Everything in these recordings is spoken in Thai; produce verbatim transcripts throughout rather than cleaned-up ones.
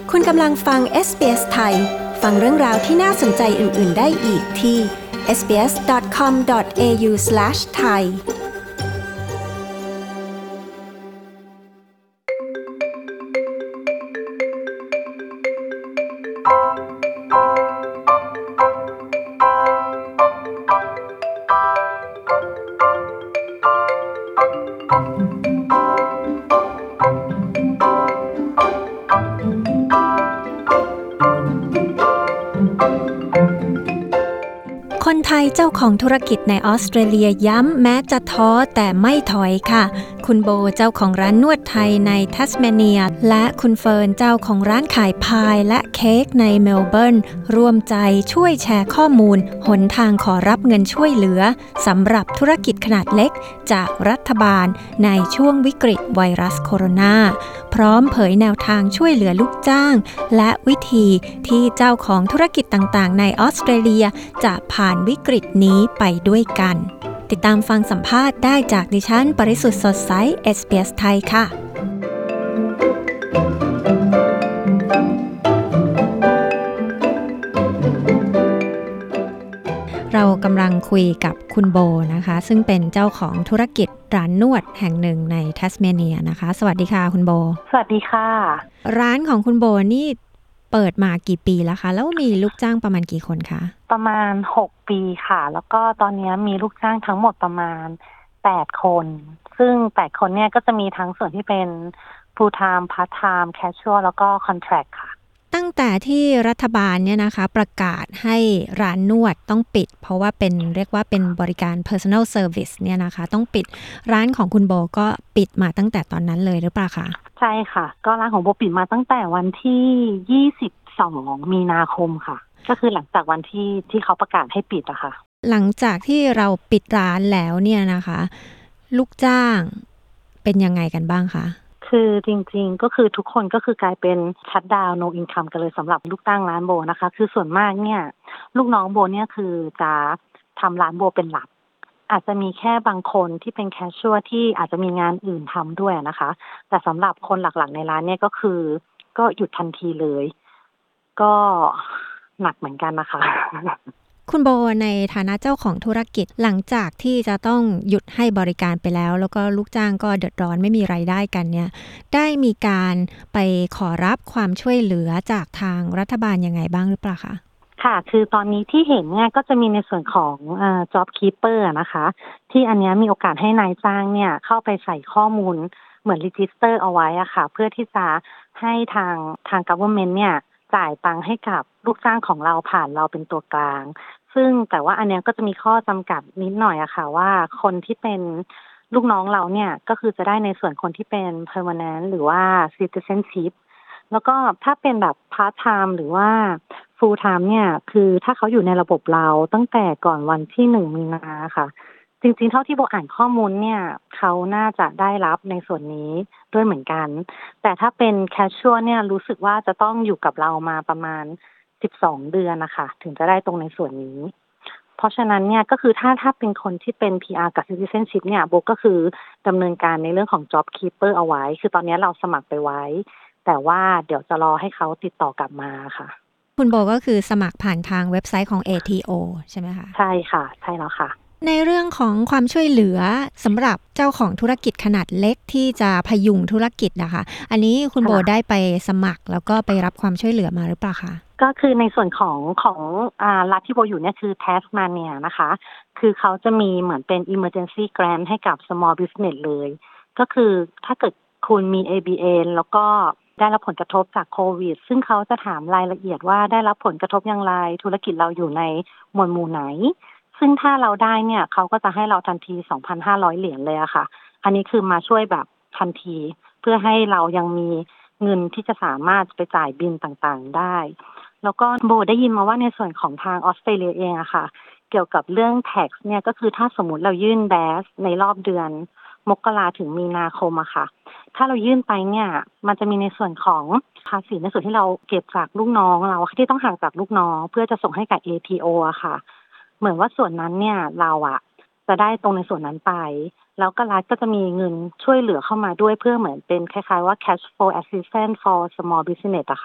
คุณกำลังฟัง เอส บี เอส ไทยฟังเรื่องราวที่น่าสนใจอื่นๆได้อีกที่ เอส บี เอส ดอท คอม ดอท เอ ยู สแลช ไทยคนไทยเจ้าของธุรกิจในออสเตรเลียย้ำแม้จะท้อแต่ไม่ถอยค่ะคุณโบเจ้าของร้านนวดไทยในทัสเมเนียและคุณเฟิร์นเจ้าของร้านขายพายและเค้กในเมลเบิร์นร่วมใจช่วยแชร์ข้อมูลหนทางขอรับเงินช่วยเหลือสำหรับธุรกิจขนาดเล็กจากรัฐบาลในช่วงวิกฤตไวรัสโคโรนาพร้อมเผยแนวทางช่วยเหลือลูกจ้างและวิธีที่เจ้าของธุรกิจต่างๆในออสเตรเลียจะผ่านวิกฤตนี้ไปด้วยกันติดตามฟังสัมภาษณ์ได้จากดิฉันปริสุทธิ์สดใส เอส บี เอส ไทยค่ะเรากำลังคุยกับคุณโบนะคะซึ่งเป็นเจ้าของธุรกิจร้านนวดแห่งหนึ่งในทัสเมเนียนะคะสวัสดีค่ะคุณโบสวัสดีค่ะร้านของคุณโบนี่เปิดมากี่ปีแล้วคะแล้วมีลูกจ้างประมาณกี่คนคะประมาณหกปีค่ะแล้วก็ตอนนี้มีลูกจ้างทั้งหมดประมาณแปดคนซึ่งแปดคนเนี่ยก็จะมีทั้งส่วนที่เป็น full time part time casual แล้วก็ contract ค่ะตั้งแต่ที่รัฐบาลเนี่ยนะคะประกาศให้ร้านนวดต้องปิดเพราะว่าเป็นเรียกว่าเป็นบริการ personal service เนี่ยนะคะต้องปิดร้านของคุณโบก็ปิดมาตั้งแต่ตอนนั้นเลยหรือเปล่าคะใช่ค่ะก็ร้านของโบปิดมาตั้งแต่วันที่ยี่สิบสองมีนาคมค่ะก็คือหลังจากวันที่ที่เขาประกาศให้ปิดอะค่ะหลังจากที่เราปิดร้านแล้วเนี่ยนะคะลูกจ้างเป็นยังไงกันบ้างคะคือจริงๆก็คือทุกคนก็คือกลายเป็นชัตดาวน์ no income กันเลยสำหรับลูกจ้างร้านโบนะคะคือส่วนมากเนี่ยลูกน้องโบเนี่ยคือจะทำร้านโบเป็นหลักอาจจะมีแค่บางคนที่เป็นแคชชัวร์ที่อาจจะมีงานอื่นทำด้วยนะคะแต่สำหรับคนหลักๆในร้านเนี่ยก็คือก็หยุดทันทีเลยก็หนักเหมือนกันนะคะคุณโบในฐานะเจ้าของธุรกิจหลังจากที่จะต้องหยุดให้บริการไปแล้วแล้วก็ลูกจ้างก็เดือดร้อนไม่มีรายได้กันเนี่ยได้มีการไปขอรับความช่วยเหลือจากทางรัฐบาลยังไงบ้างหรือเปล่าคะค่ะคือตอนนี้ที่เห็นเนี่ยก็จะมีในส่วนของเอ่อ job keeper นะคะที่อันนี้มีโอกาสให้นายจ้างเนี่ยเข้าไปใส่ข้อมูลเหมือน register เอาไว้อะค่ะเพื่อที่จะให้ทางทาง government เนี่ยจ่ายตังค์ให้กับลูกจ้างของเราผ่านเราเป็นตัวกลางซึ่งแต่ว่าอันนี้ก็จะมีข้อจำกัดนิดหน่อยอะค่ะว่าคนที่เป็นลูกน้องเราเนี่ยก็คือจะได้ในส่วนคนที่เป็น permanent หรือว่า citizenship แล้วก็ถ้าเป็นแบบ part time หรือว่า full time เนี่ยคือถ้าเขาอยู่ในระบบเราตั้งแต่ก่อนวันที่หนึ่งมีนาค่ะจริงๆเท่าที่โบอ่านข้อมูลเนี่ยเขาน่าจะได้รับในส่วนนี้ด้วยเหมือนกันแต่ถ้าเป็น casual เนี่ยรู้สึกว่าจะต้องอยู่กับเรามาประมาณสิบสองเดือนนะคะถึงจะได้ตรงในส่วนนี้เพราะฉะนั้นเนี่ยก็คือถ้าถ้าเป็นคนที่เป็น พี อาร์ กับ citizenship เนี่ยโบก็คือดำเนินการในเรื่องของ job keeper เอาไว้คือตอนนี้เราสมัครไปไว้แต่ว่าเดี๋ยวจะรอให้เขาติดต่อกลับมาค่ะคุณโบก็คือสมัครผ่านทางเว็บไซต์ของ เอ ที โอ ใช่ไหมคะใช่ค่ะใช่แล้วค่ะในเรื่องของความช่วยเหลือสำหรับเจ้าของธุรกิจขนาดเล็กที่จะพยุงธุรกิจนะคะอันนี้คุณโบได้ไปสมัครแล้วก็ไปรับความช่วยเหลือมาหรือเปล่าคะก็คือในส่วนของของอ่ารัฐที่โบอยู่เนี่ยคือ Tasmania นะคะคือเขาจะมีเหมือนเป็น emergency grant ให้กับ small business เลยก็คือถ้าเกิดคุณมี เอ บี เอ็น แล้วก็ได้รับผลกระทบจากโควิดซึ่งเขาจะถามรายละเอียดว่าได้รับผลกระทบอย่างไรธุรกิจเราอยู่ในหมวดหมู่ไหนซึ่งถ้าเราได้เนี่ยเขาก็จะให้เราทันที สองพันห้าร้อย เหรียญเลยอะค่ะอันนี้คือมาช่วยแบบทันทีเพื่อให้เรายังมีเงินที่จะสามารถไปจ่ายบิลต่างๆได้แล้วก็โบได้ยินมาว่าในส่วนของทางออสเตรเลียเองอะค่ะเกี่ยวกับเรื่อง tax เนี่ยก็คือถ้าสมมุติเรายื่น แบส ในรอบเดือนมกราถึงมีนาคมอะค่ะถ้าเรายื่นไปเนี่ยมันจะมีในส่วนของภาษีในส่วนที่เราเก็บจากลูกน้องเราที่ต้องหักจากลูกน้องเพื่อจะส่งให้กับ เอ ที โอ อะค่ะเหมือนว่าส่วนนั้นเนี่ยเราอะจะได้ตรงในส่วนนั้นไปแล้วก็รัฐก็จะมีเงินช่วยเหลือเข้ามาด้วยเพื่อเหมือนเป็นคล้ายๆว่า cash flow assistance for small business อะค่ะ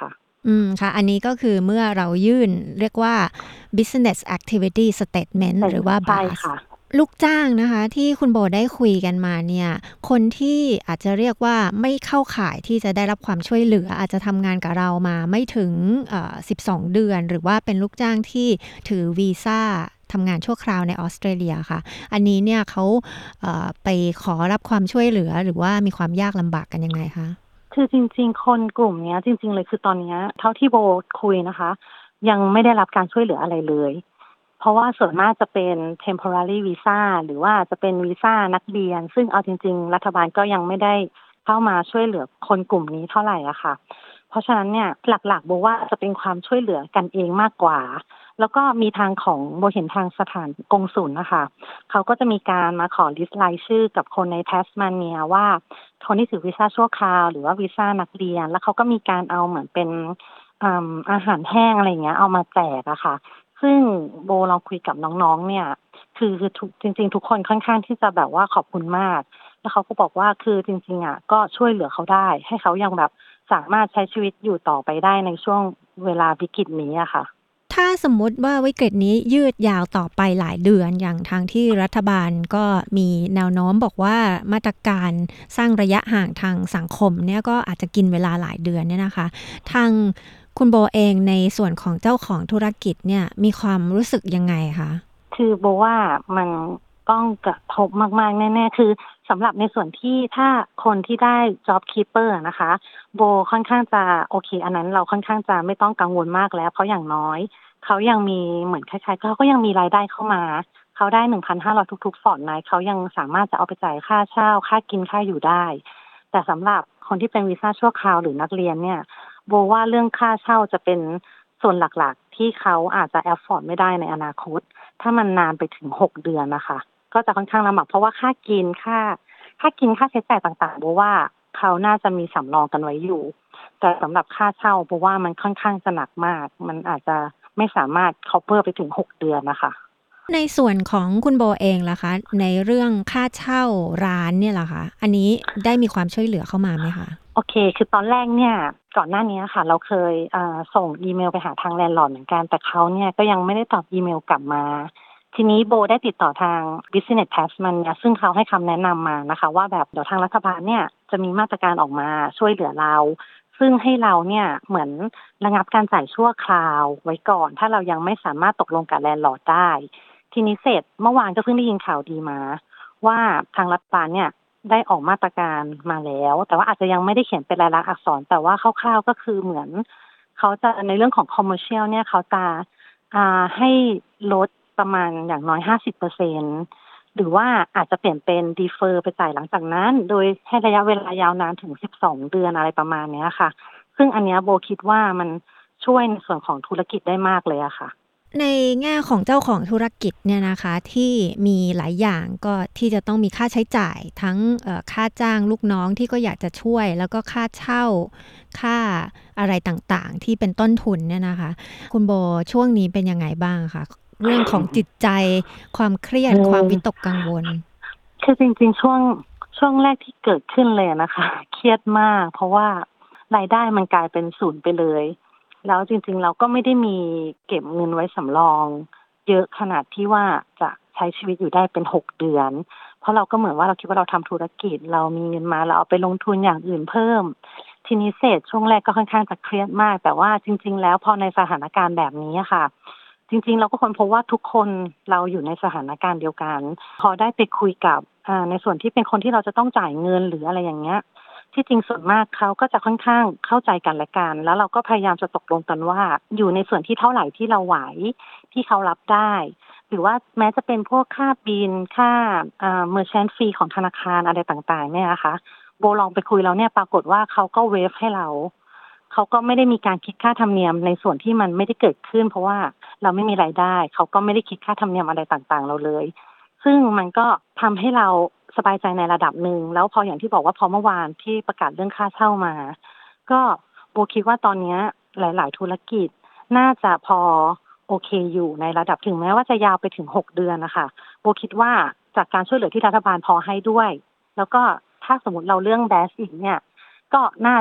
อืมค่ะอันนี้ก็คือเมื่อเรายื่นเรียกว่า business activity statement หรือว่าใช่บี เอ เอสค่ะลูกจ้างนะคะที่คุณโบได้คุยกันมาเนี่ยคนที่อาจจะเรียกว่าไม่เข้าข่ายที่จะได้รับความช่วยเหลืออาจจะทำงานกับเรามาไม่ถึงเอ่อสิบสองเดือนหรือว่าเป็นลูกจ้างที่ถือวีซ่าทำงานชั่วคราวในออสเตรเลียค่ะอันนี้เนี่ยเขาเอ่อไปขอรับความช่วยเหลือหรือว่ามีความยากลำบากกันยังไงคะคือจริงๆคนกลุ่มเนี้ยจริงๆเลยคือตอนเนี้ยเท่าที่โบคุยนะคะยังไม่ได้รับการช่วยเหลืออะไรเลยเพราะว่าส่วนมากจะเป็น temporary visa หรือว่าจะเป็นวีซ่านักเรียนซึ่งเอาจริงๆรัฐบาลก็ยังไม่ได้เข้ามาช่วยเหลือคนกลุ่มนี้เท่าไหร่อะค่ะเพราะฉะนั้นเนี่ยหลักๆโบว่าจะเป็นความช่วยเหลือกันเองมากกว่าแล้วก็มีทางของโบเห็นทางสถานกงสุลนะคะเขาก็จะมีการมาขอลิสต์รายชื่อกับคนในแทสมาเนียว่า คนที่ถือวีซ่าชั่วคราวหรือว่าวีซ่านักเรียนแล้วเขาก็มีการเอาเหมือนเป็นอ่าอาหารแห้งอะไรอย่างเงี้ยเอามาแจกอะค่ะซึ่งโบลองคุยกับน้องๆเนี่ยคือคือทุกจริงๆทุกคนค่อนข้างที่จะแบบว่าขอบคุณมากแล้วเขาก็บอกว่าคือจริงๆอะก็ช่วยเหลือเขาได้ให้เขายังแบบสามารถใช้ชีวิตอยู่ต่อไปได้ในช่วงเวลาวิกฤตนี้อะค่ะถ้าสมมุติว่าวิกฤตนี้ยืดยาวต่อไปหลายเดือนอย่างทางที่รัฐบาลก็มีแนวโน้มบอกว่ามาตรการสร้างระยะห่างทางสังคมเนี่ยก็อาจจะกินเวลาหลายเดือนเนี่ยนะคะทางคุณโบเองในส่วนของเจ้าของธุรกิจเนี่ยมีความรู้สึกยังไงคะคือโบว่ามันต้องกระทบมากๆแน่ๆคือสำหรับในส่วนที่ถ้าคนที่ได้ Job Keeper อะนะคะโบค่อนข้างจะโอเคอันนั้นเราค่อนข้างจะไม่ต้องกังวลมากแล้วเพราะอย่างน้อยเขายังมีเหมือนคล้ายๆเขาก็ยังมีรายได้เข้ามาเขาได้ หนึ่งพันห้าร้อย ทุกๆ fortnight เขายังสามารถจะเอาไปจ่ายค่าเช่าค่ากินค่าอยู่ได้แต่สำหรับคนที่เป็นวีซ่าชั่วคราวหรือนักเรียนเนี่ยโบว่าเรื่องค่าเช่าจะเป็นส่วนหลักๆที่เขาอาจจะ afford ไม่ได้ในอนาคต ถ้ามันนานไปถึงหกเดือนนะคะก็จะค่อนข้างลำบากเพราะว่าค่ากินค่าค่ากินค่าใช้จ่ายต่างๆโบว่าเขาน่าจะมีสำรองกันไว้อยู่แต่สำหรับค่าเช่าโบว่ามันค่อนข้างจะหนักมากมันอาจจะไม่สามารถ cover ไปถึงหกเดือนนะคะในส่วนของคุณโบเองล่ะคะในเรื่องค่าเช่าร้านเนี่ยล่ะคะอันนี้ได้มีความช่วยเหลือเข้ามาไหมคะโอเคคือตอนแรกเนี่ยก่อนหน้านี้ค่ะเราเคยอ่าส่งอีเมลไปหาทางแลนด์ลอร์ดเหมือนกันแต่เขาเนี่ยก็ยังไม่ได้ตอบอีเมลกลับมาทีนี้โบได้ติดต่อทาง Business Tasmania ซึ่งเขาให้คำแนะนำมานะคะว่าแบบเดี๋ยวทางรัฐบาลเนี่ยจะมีมาตรการออกมาช่วยเหลือเราซึ่งให้เราเนี่ยเหมือนระงับการจ่ายชั่วคราวไว้ก่อนถ้าเรายังไม่สามารถตกลงกับแลนด์ลอร์ดได้ทีนี้เสร็จเมื่อวานก็เพิ่งได้ยินข่าวดีมาว่าทางรัฐบาลเนี่ย ได้ออกมาตรการมาแล้วแต่ว่าอาจจะยังไม่ได้เขียนเป็นลายลักษณ์อักษรแต่ว่าคร่าวๆก็คือเหมือนเขาจะในเรื่องของ commercial เนี่ยเขาจะอ่าให้ลดประมาณอย่างน้อย ห้าสิบเปอร์เซ็นต์ หรือว่าอาจจะเปลี่ยนเป็น defer ไปจ่ายหลังจากนั้นโดยให้ระยะเวลายาวนานถึงสิบสองเดือนอะไรประมาณเนี้ยค่ะซึ่งอันเนี้ยโบคิดว่ามันช่วยในส่วนของธุรกิจได้มากเลยอะค่ะในแง่ของเจ้าของธุรกิจเนี่ยนะคะที่มีหลายอย่างก็ที่จะต้องมีค่าใช้จ่ายทั้งเอ่อค่าจ้างลูกน้องที่ก็อยากจะช่วยแล้วก็ค่าเช่าค่าอะไรต่างๆที่เป็นต้นทุนเนี่ยนะคะคุณโบช่วงนี้เป็นยังไงบ้างคะเรื่องของจิตใจความเครียดความวิตกกังวลคือจริงๆช่วงช่วงแรกที่เกิดขึ้นเลยนะคะเครียดมากเพราะว่ารายได้มันกลายเป็นศูนย์ไปเลยแล้วจริงๆเราก็ไม่ได้มีเก็บเงินไว้สำรองเยอะขนาดที่ว่าจะใช้ชีวิตอยู่ได้เป็นหกเดือนเพราะเราก็เหมือนว่าเราคิดว่าเราทำธุรกิจเรามีเงินมาเราเอาไปลงทุนอย่างอื่นเพิ่มทีนี้เสร็จช่วงแรกก็ค่อนข้างจะเครียดมากแต่ว่าจริงๆแล้วพอในสถานการณ์แบบนี้อะค่ะจริงๆเราก็ค้นพบว่าทุกคนเราอยู่ในสถานการณ์เดียวกันพอได้ไปคุยกับอ่าในส่วนที่เป็นคนที่เราจะต้องจ่ายเงินหรืออะไรอย่างเงี้ยที่จริงส่วนมากเขาก็จะค่อนข้างเข้าใจกันและกันแล้วเราก็พยายามจะตกลงกันว่าอยู่ในส่วนที่เท่าไหร่ที่เราไหวที่เขารับได้หรือว่าแม้จะเป็นพวกค่าบิลค่าอ่า merchant fee ของธนาคารอะไรต่างๆเนี่ยนะคะโบลองไปคุยแล้วเนี่ยปรากฏว่าเขาก็เวฟให้เราเขาก็ไม่ได้มีการคิดค่าธรรมเนียมในส่วนที่มันไม่ได้เกิดขึ้นเพราะว่าเราไม่มีรายได้เขาก็ไม่ได้คิดค่าธรรมเนียมอะไรต่างๆเราเลยซึ่งมันก็ทำให้เราสบายใจในระดับหนึ่งแล้วพออย่างที่บอกว่าพอเมื่อวานที่ประกาศเรื่องค่าเช่ามาก็โบคิดว่าตอนนี้หลายๆธุรกิจน่าจะพอโอเคอยู่ในระดับถึงแม้ว่าจะยาวไปถึงหกเดือนนะคะโบคิดว่าจากการช่วยเหลือที่รัฐบาลพอให้ด้วยแล้วก็ถ้าสมมติเราเรื่องแบสอีกเนี่ยก็น่าจะ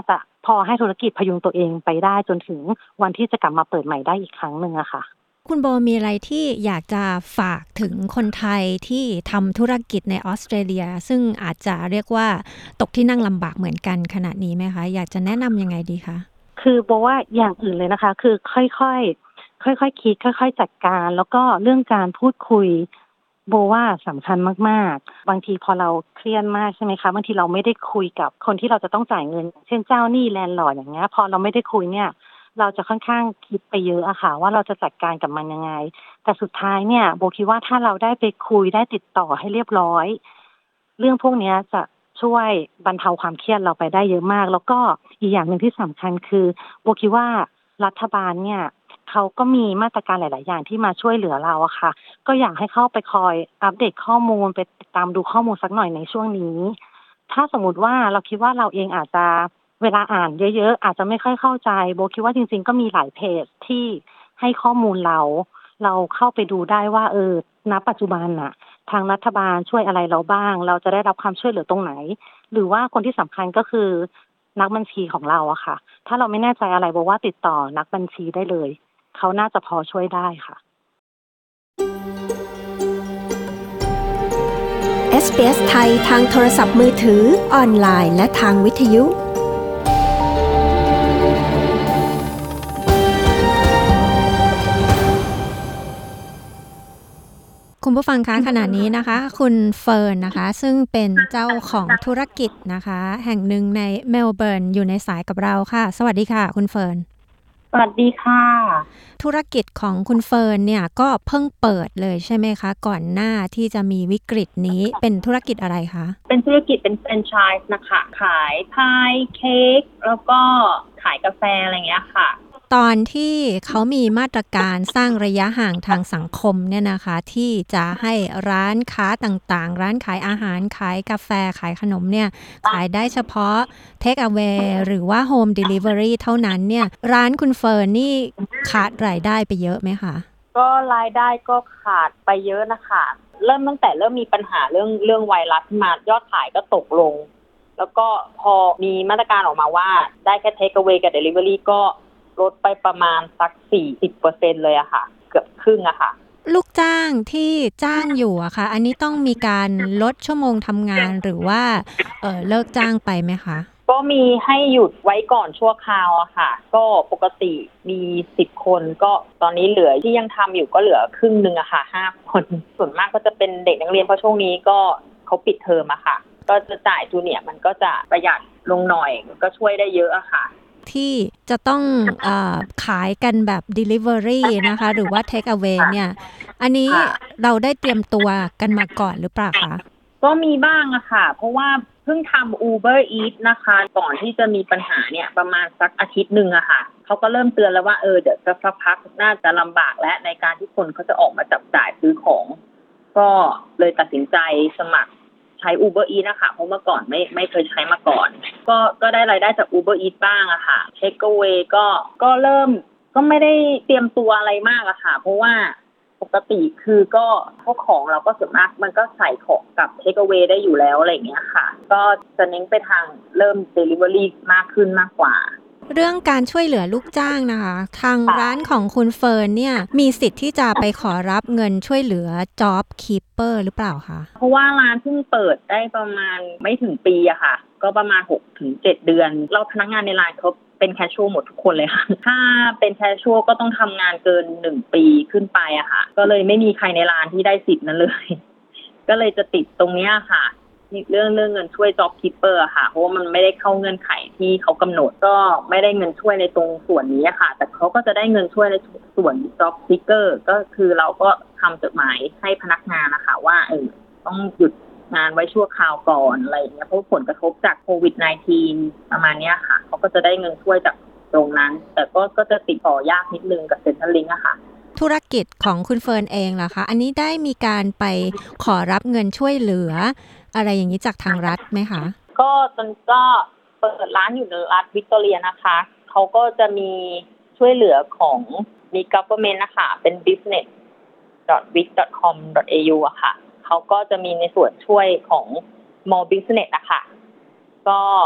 พอให้ธุรกิจพยุงตัวเองไปได้จนถึงวันที่จะกลับมาเปิดใหม่ได้อีกครั้งนึงอะค่ะคุณโบมีอะไรที่อยากจะฝากถึงคนไทยที่ทำธุรกิจในออสเตรเลียซึ่งอาจจะเรียกว่าตกที่นั่งลำบากเหมือนกันขณะนี้ไหมคะอยากจะแนะนำยังไงดีคะคือโบว่าอย่างอื่นเลยนะคะคือค่อยๆค่อยๆคิดค่อยๆจัดการแล้วก็เรื่องการพูดคุยโบว่าสำคัญมากๆบางทีพอเราเครียดมากใช่ไหมคะบางทีเราไม่ได้คุยกับคนที่เราจะต้องจ่ายเงินเช่นเจ้าหนี้แลนด์ลอร์ดอย่างเงี้ยพอเราไม่ได้คุยเนี่ยเราจะค่อนข้างคิดไปเยอะอะค่ะว่าเราจะจัดการกับมันยังไงแต่สุดท้ายเนี่ยโบคิดว่าถ้าเราได้ไปคุยได้ติดต่อให้เรียบร้อยเรื่องพวกนี้จะช่วยบรรเทาความเครียดเราไปได้เยอะมากแล้วก็อีกอย่างหนึ่งที่สำคัญคือโบคิดว่ารัฐบาลเนี่ยเขาก็มีมาตรการหลายๆอย่างที่มาช่วยเหลือเราอะค่ะก็อยากให้เข้าไปคอยอัปเดตข้อมูลไปติดตามดูข้อมูลสักหน่อยในช่วงนี้ถ้าสมมุติว่าเราคิดว่าเราเองอาจจะเวลาอ่านเยอะๆอาจจะไม่ค่อยเข้าใจโบคิดว่าจริงๆก็มีหลายเพจที่ให้ข้อมูลเราเราเข้าไปดูได้ว่าเออณปัจจุบันน่ะทางรัฐบาลช่วยอะไรเราบ้างเราจะได้รับความช่วยเหลือตรงไหนหรือว่าคนที่สำคัญก็คือนักบัญชีของเราอะค่ะถ้าเราไม่แน่ใจอะไรโบว่าติดต่อนักบัญชีได้เลยเขาน่าจะพอช่วยได้ค่ะเอส บี เอส ไทยทางโทรศัพท์มือถือออนไลน์และทางวิทยุคุณผู้ฟังคะขณะนี้นะคะคุณเฟิร์นนะคะซึ่งเป็นเจ้าของธุรกิจนะคะแห่งหนึ่งในเมลเบิร์นอยู่ในสายกับเราค่ะสวัสดีค่ะคุณเฟิร์นสวัสดีค่ะธุรกิจของคุณเฟิร์นเนี่ยก็เพิ่งเปิดเลยใช่ไหมคะก่อนหน้าที่จะมีวิกฤตนี้เป็นธุรกิจอะไรคะเป็นธุรกิจเป็นแฟรนไชส์นะคะขายพายเค้กแล้วก็ขายกาแฟอะไรอย่างเงี้ยค่ะตอนที่เขามีมาตรการสร้างระยะห่างทางสังคมเนี่ยนะคะที่จะให้ร้านค้าต่างๆร้านขายอาหารขายกาแฟขายขนมเนี่ยขายได้เฉพาะ Take Away หรือว่า Home Delivery เท่านั้นเนี่ยร้านคุณเฟิร์นนี่ขาดรายได้ไปเยอะไหมคะก็รายได้ก็ขาดไปเยอะนะคะเริ่มตั้งแต่เริ่มมีปัญหาเรื่องเรื่องไวรัสมายอดขายก็ตกลงแล้วก็พอมีมาตรการออกมาว่าได้แค่ Take Away กับ Delivery ก็ลดไปประมาณสัก สี่สิบเปอร์เซ็นต์ เลยอะค่ะเกือบครึ่งอะค่ะลูกจ้างที่จ้างอยู่อะค่ะอันนี้ต้องมีการลดชั่วโมงทำงานหรือว่าเออเลิกจ้างไปไหมคะก็มีให้หยุดไว้ก่อนชั่วคราวอะค่ะก็ปกติมีสิบคนก็ตอนนี้เหลือที่ยังทำอยู่ก็เหลือครึ่งนึงอะค่ะห้าคนส่วนมากก็จะเป็นเด็กนักเรียนเพราะช่วงนี้ก็เขาปิดเทอมอะค่ะก็จะจ่ายจูเนียร์มันก็จะประหยัดลงหน่อยก็ช่วยได้เยอะอะค่ะที่จะต้องเอ่อขายกันแบบ delivery นะคะหรือว่า take away เนี่ยอันนี้เราได้เตรียมตัวกันมาก่อนหรือเปล่าคะก็มีบ้างอะค่ะเพราะว่าเพิ่งทำ Uber Eats นะคะก่อนที่จะมีปัญหาเนี่ยประมาณสักอาทิตย์นึงอะค่ะเขาก็เริ่มเตือนแล้วว่าเออเดี๋ยวจะสักพักน่าจะลำบากและในการที่คนเขาจะออกมาจับจ่ายซื้อของก็เลยตัดสินใจสมัครใช้ Uber Eats นะคะเพราะเมื่อก่อนไม่ไม่เคยใช้มาก่อนก็ก็ได้รายได้จาก Uber Eats บ้างอะค่ะ Take Away ก็ก็เริ่มก็ไม่ได้เตรียมตัวอะไรมากอะค่ะเพราะว่าปกติคือก็พวกของเราก็ส่วนมากมันก็ใส่ของกับ Take Away ได้อยู่แล้วอะไรอย่างเงี้ยค่ะก็จะเน้นไปทางเริ่ม Delivery มากขึ้นมากกว่าเรื่องการช่วยเหลือลูกจ้างนะคะทางร้านของคุณเฟิร์นเนี่ยมีสิทธิ์ที่จะไปขอรับเงินช่วยเหลือ Job Keeper หรือเปล่าคะเพราะว่าร้านเพิ่งเปิดได้ประมาณไม่ถึงปีอะค่ะก็ประมาณ หกถึงเจ็ด เดือนเราพนักงานในร้านเขาเป็นแคชชวลหมดทุกคนเลยค่ะถ้าเป็นแคชชวลก็ต้องทำงานเกินหนึ่งปีขึ้นไปอะค่ะก็เลยไม่มีใครในร้านที่ได้สิทธิ์นั้นเลยก็เลยจะติดตรงนี้ค่ะเรื่องเรื่องเงินช่วย Job Keeper อะค่ะเพราะว่ามันไม่ได้เข้าเงื่อนไขที่เขากำหนดก็ไม่ได้เงินช่วยในตรงส่วนนี้ค่ะแต่เขาก็จะได้เงินช่วยในส่วน Job Seeker ก็คือเราก็ทำจดหมายให้พนักงานนะคะว่าเออต้องหยุดงานไว้ชั่วคราวก่อนอะไรอย่างเงี้ยเพราะผลกระทบจากโควิด สิบเก้า ประมาณนี้ค่ะเขาก็จะได้เงินช่วยจากตรงนั้นแต่ก็ก็จะติดต่อยากนิดนึงกับเซ็นทรัลลิงก์อะค่ะธุรกิจของคุณเฟิร์นเองล่ะคะอันนี้ได้มีการไปขอรับเงินช่วยเหลืออะไรอย่างนี้จากทางรัฐไหมคะก็ตอนก็เปิดร้านอยู่ในรัฐวิกตอเรียนะคะเขาก็จะมีช่วยเหลือของมี government นะคะเป็น business dot vic dot com dot a u อะค่ะเขาก็จะมีในส่วนช่วยของ small business นะคะก็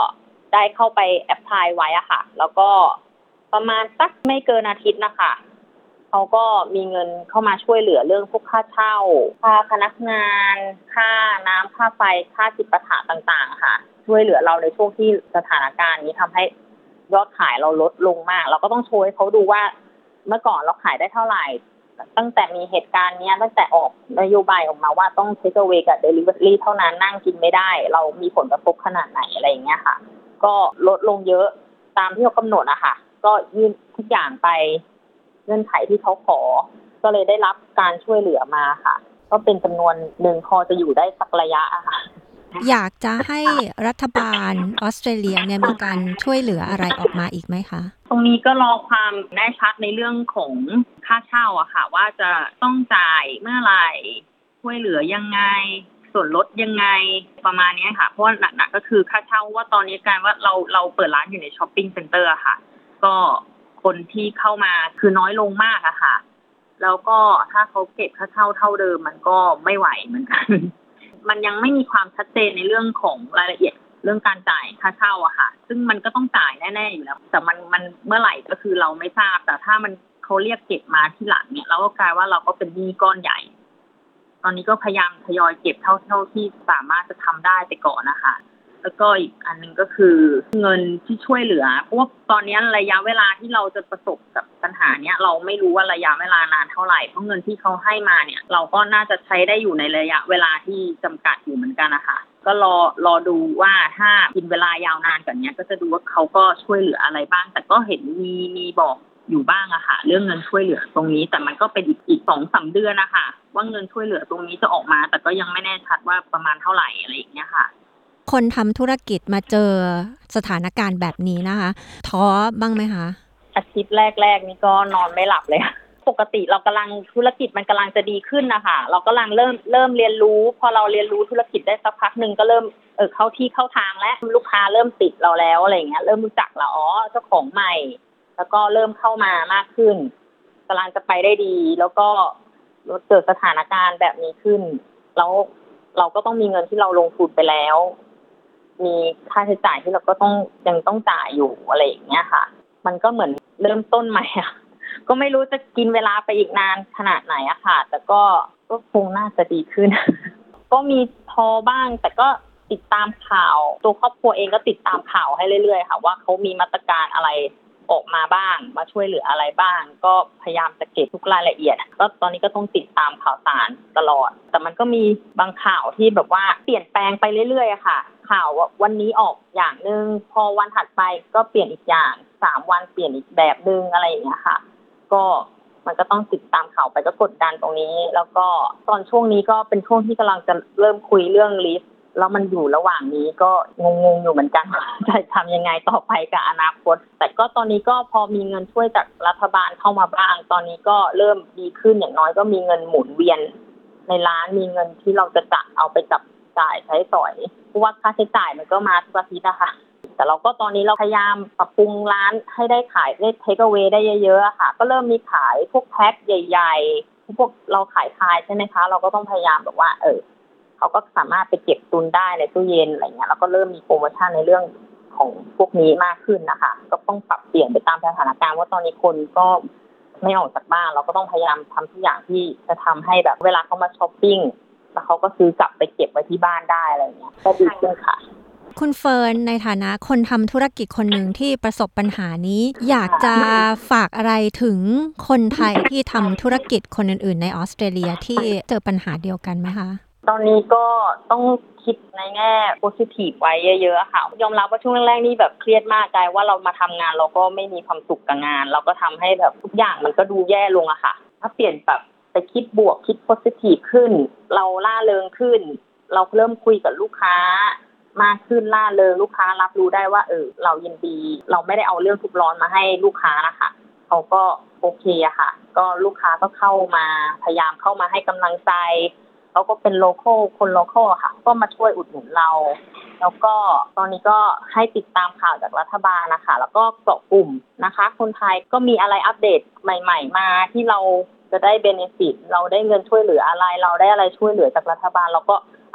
ได้เข้าไปแอพพลายไว้อะค่ะแล้วก็ประมาณสักไม่เกินอาทิตย์นะคะเขาก็มีเงินเข้ามาช่วยเหลือเรื่องพวกค่าเช่าค่าพนักงานค่าน้ำค่าไฟค่าจิปาถะต่างๆค่ะช่วยเหลือเราในช่วงที่สถานการณ์นี้ทำให้ยอดขายเราลดลงมากเราก็ต้องโชว์ให้เขาดูว่าเมื่อก่อนเราขายได้เท่าไหร่ตั้งแต่มีเหตุการณ์นี้ตั้งแต่ออกนโยบายออกมาว่าต้องเทคเอาเวกับเดลิเวอรี่เท่านั้นนั่งกินไม่ได้เรามีผลกระทบขนาดไหนอะไรอย่างเงี้ยค่ะก็ลดลงเยอะตามที่เขากำหนดอะค่ะก็ยื่นทุกอย่างไปเงื่อนไขที่เขาขอก็เลยได้รับการช่วยเหลือมาค่ะก็เป็นจำนวนหนึ่งพอจะอยู่ได้สักระยะอะค่ะอยากจะให้รัฐบาลออสเตรเลียเนี่ยมีการช่วยเหลืออะไรออกมาอีกไหมคะตรงนี้ก็รอความแน่ชัดในเรื่องของค่าเช่าอะค่ะว่าจะต้องจ่ายเมื่อไหร่ช่วยเหลือยังไงส่วนลดยังไงประมาณนี้ค่ะเพราะว่าหนักๆก็คือค่าเช่าว่าตอนนี้การว่าเราเราเปิดร้านอยู่ในช้อปปิ้งเซ็นเตอร์อะค่ะก็คนที่เข้ามาคือน้อยลงมากอะค่ะแล้วก็ถ้าเขาเก็บค่าเช่าเท่าเดิมมันก็ไม่ไหวเหมือนกันมันยังไม่มีความชัดเจนในเรื่องของรายละเอียดเรื่องการจ่ายค่าเช่าอะค่ะซึ่งมันก็ต้องจ่ายแน่ๆอยู่แล้วแต่มันมันเมื่อไหร่ก็คือเราไม่ทราบแต่ถ้ามันเขาเรียกเก็บมาที่หลังเนี่ยเราก็กลายว่าเราก็เป็นหนี้ก้อนใหญ่ตอนนี้ก็พยายามทยอยเก็บเท่าเท่าที่สามารถจะทำได้ไปก่อนนะคะแล้วก็อีกอันนึงก็คือเงินที่ช่วยเหลือเพราะว่าตอนนี้ระยะเวลาที่เราจะประสบกับปัญหาเนี้ยเราไม่รู้ว่าระยะเวลานานเท่าไหร่เพราะเงินที่เขาให้มาเนี่ยเราก็น่าจะใช้ได้อยู่ในระยะเวลาที่จำกัดอยู่เหมือนกันนะคะก็รอรอดูว่าถ้ากินเวลายาวนานกว่านี้ก็จะดูว่าเขาก็ช่วยเหลืออะไรบ้างแต่ก็เห็นมีมีบอกอยู่บ้างอะค่ะเรื่องเงินช่วยเหลือตรงนี้แต่มันก็เป็นอีกอีกสองสามเดือนนะคะว่าเงินช่วยเหลือตรงนี้จะออกมาแต่ก็ยังไม่แน่ชัดว่าประมาณเท่าไหร่อะไรอย่างเงี้ยค่ะคนทำธุรกิจมาเจอสถานการณ์แบบนี้นะคะท้อบ้างไหมคะอาทิตย์แรกๆนี่ก็นอนไม่หลับเลยปกติเรากำลังธุรกิจมันกำลังจะดีขึ้นนะคะเรากำลังเริ่มเริ่มเรียนรู้พอเราเรียนรู้ธุรกิจได้สักพักหนึ่งก็เริ่มเออเข้าที่เข้าทางแล้วลูกค้าเริ่มติดเราแล้วอะไรเงี้ยเริ่มรู้จักเราอ๋อเจ้าของใหม่แล้วก็เริ่มเข้ามามากขึ้นกำลังจะไปได้ดีแล้วก็เกิดสถานการณ์แบบนี้ขึ้นแล้วเราก็ต้องมีเงินที่เราลงทุนไปแล้วมีค่าใช้จ่ายที่เราก็ต้องยังต้องจ่ายอยู่อะไรอย่างเงี้ยค่ะมันก็เหมือนเริ่มต้นใหม่อะก็ไม่รู้จะกินเวลาไปอีกนานขนาดไหนอะค่ะแต่ก็ก็คงน่าจะดีขึ้น ก็มีพอบ้างแต่ก็ติดตามข่าวตัวครอบครัวเองก็ติดตามข่าวให้เรื่อยๆค่ะว่าเขามีมาตรการอะไรออกมาบ้างมาช่วยเหลืออะไรบ้างก็พยายามจะเก็บทุกรายละเอียดก็ตอนนี้ก็ต้องติดตามข่าวสารตลอดแต่มันก็มีบางข่าวที่แบบว่าเปลี่ยนแปลงไปเรื่อยๆอะค่ะข่าววันนี้ออกอย่างนึงพอวันถัดไปก็เปลี่ยนอีกอย่างสามวันเปลี่ยนอีกแบบนึงอะไรอย่างเงี้ยค่ะก็มันก็ต้องติดตามข่าวไปก็กดดันตรงนี้แล้วก็ตอนช่วงนี้ก็เป็นช่วงที่กำลังจะเริ่มคุยเรื่องลิสต์แล้วมันอยู่ระหว่างนี้ก็งงๆอยู่เหมือนกันจะทำยังไงต่อไปกับอนาคตแต่ก็ตอนนี้ก็พอมีเงินช่วยจากรัฐบาลเข้ามาบ้างตอนนี้ก็เริ่มดีขึ้นอย่างน้อยก็มีเงินหมุนเวียนในร้านมีเงินที่เราจะจัดเอาไปจับจ่ายใช้สอยเพราะว่าค่าใช้จ่ายมันก็มาทุกอาทิตย์นะคะแต่เราก็ตอนนี้เราพยายามปรับปรุงร้านให้ได้ขายได้เทคเอาเวได้เยอะๆค่ะก็เริ่มมีขายพวกแพ็คใหญ่ๆพวกเราขายคายใช่ไหมคะเราก็ต้องพยายามแบบว่าเออเขาก็สามารถไปเก็บตุนได้ในตู้เย็นอะไรเงี้ยแล้วก็เริ่มมีโปรโมชั่นในเรื่องของพวกนี้มากขึ้นนะคะก็ต้องปรับเปลี่ยนไปตามสถานการณ์ว่าตอนนี้คนก็ไม่ออกจากบ้านเราก็ต้องพยายามทำทุกอย่างที่จะทำให้แบบเวลาเขามาช้อปปิ้งแล้วเขาก็ซื้อกลับไปเก็บไว้ที่บ้านได้อะไรเงี้ยก็ดีขึ้นค่ะคุณเฟิร์นในฐานะคนทำธุรกิจคนหนึ่งที่ประสบปัญหานี้อยากจะฝากอะไรถึงคนไทยที่ทำธุรกิจคนอื่นๆในออสเตรเลียที่เจอปัญหาเดียวกันไหมคะตอนนี้ก็ต้องคิดในแง่โพสิทีฟไว้เยอะๆค่ะยอมรับว่าช่วงแรกๆนี่แบบเครียดมากกลายว่าเรามาทำงานเราก็ไม่มีความสุขกับงานเราก็ทำให้แบบทุกอย่างมันก็ดูแย่ลงอะค่ะถ้าเปลี่ยนแบบไปคิดบวกคิดโพสิทีฟขึ้นเราล่าเริงขึ้นเราเริ่มคุยกับลูกค้ามากขึ้นล่าเริงลูกค้ารับรู้ได้ว่าเออเรายินดีเราไม่ได้เอาเรื่องทุกข์ร้อนมาให้ลูกค้านะคะเขาก็โอเคอะค่ะก็ลูกค้าก็เข้ามาพยายามเข้ามาให้กำลังใจเขาก็เป็นโลคอลคนโลคอลค่ะก็มาช่วยอุดหนุนเราแล้วก็ตอนนี้ก็ให้ติดตามข่าวจากรัฐบาลนะคะแล้วก็เกาะกลุ่มนะคะคนไทยก็มีอะไรอัปเดตใหม่ๆมาที่เราจะได้เบเนฟิตเราได้เงินช่วยเหลืออะไรเราได้อะไรช่วยเหลือจากรัฐบาลเราก็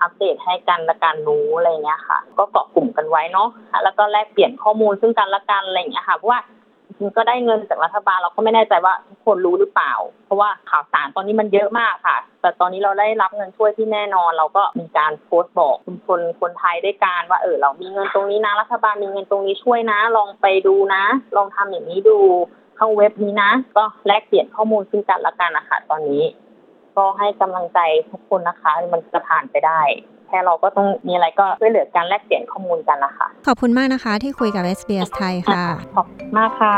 อัปเดตให้กันและกันรู้อะไรเงี้ยค่ะก็เกาะกลุ่มกันไว้เนาะแล้วก็แลกเปลี่ยนข้อมูลซึ่งกันและกันอะไรเงี้ยค่ะเพราะว่าจริงๆก็ได้เงินจากรัฐบาลเราก็ไม่แน่ใจว่าทุกคนรู้หรือเปล่าเพราะว่าข่าวสารตอนนี้มันเยอะมากค่ะแต่ตอนนี้เราได้รับเงินช่วยที่แน่นอนเราก็มีการโพสต์บอกชุมชนคนไทยด้วยกันว่าเออเรามีเงินตรงนี้นะรัฐบาลมีเงินตรงนี้ช่วยนะลองไปดูนะลองทำอย่างนี้ดูเข้าเว็บนี้นะก็แลกเปลี่ยนข้อมูลซึ่งกันและกันนะคะตอนนี้ก็ให้กำลังใจทุกคนนะคะมันจะผ่านไปได้แค่เราก็ต้องมีอะไรก็ช่วยเหลือกันแลกเปลี่ยนข้อมูลกันนะคะขอบคุณมากนะคะที่คุยกับ เอส บี เอส ไทยค่ะขอบคุณมากค่ะ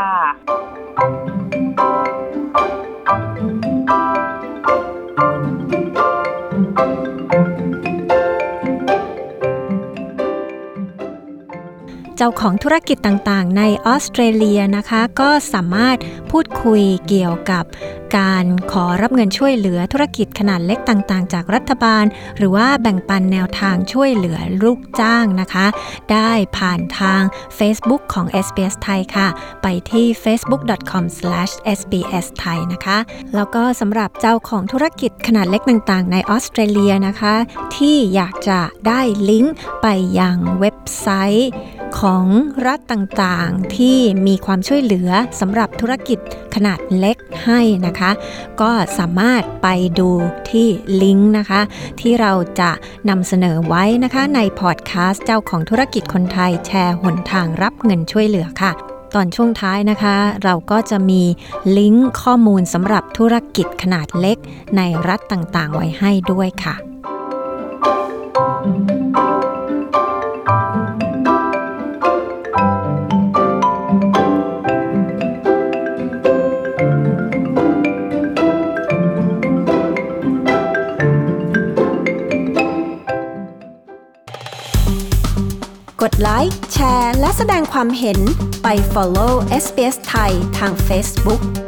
เจ้าของธุรกิจต่างๆในออสเตรเลียนะคะก็สามารถพูดคุยเกี่ยวกับการขอรับเงินช่วยเหลือธุรกิจขนาดเล็กต่างๆจากรัฐบาลหรือว่าแบ่งปันแนวทางช่วยเหลือลูกจ้างนะคะได้ผ่านทาง Facebook ของ เอส บี เอส ไทยค่ะไปที่ เฟซบุ๊ก ดอท คอม สแลช เอส บี เอส ไทย นะคะแล้วก็สำหรับเจ้าของธุรกิจขนาดเล็กต่างๆในออสเตรเลียนะคะที่อยากจะได้ลิงก์ไปยังเว็บไซต์ของรัฐต่างๆที่มีความช่วยเหลือสำหรับธุรกิจขนาดเล็กให้นะคะก็สามารถไปดูที่ลิงก์นะคะที่เราจะนำเสนอไว้นะคะในพอดแคสต์เจ้าของธุรกิจคนไทยแชร์หนทางรับเงินช่วยเหลือค่ะตอนช่วงท้ายนะคะเราก็จะมีลิงก์ข้อมูลสำหรับธุรกิจขนาดเล็กในรัฐต่างๆไว้ให้ด้วยค่ะกดไลค์แชร์และแสดงความเห็นไป follow เอส บี เอส ไทยทาง Facebook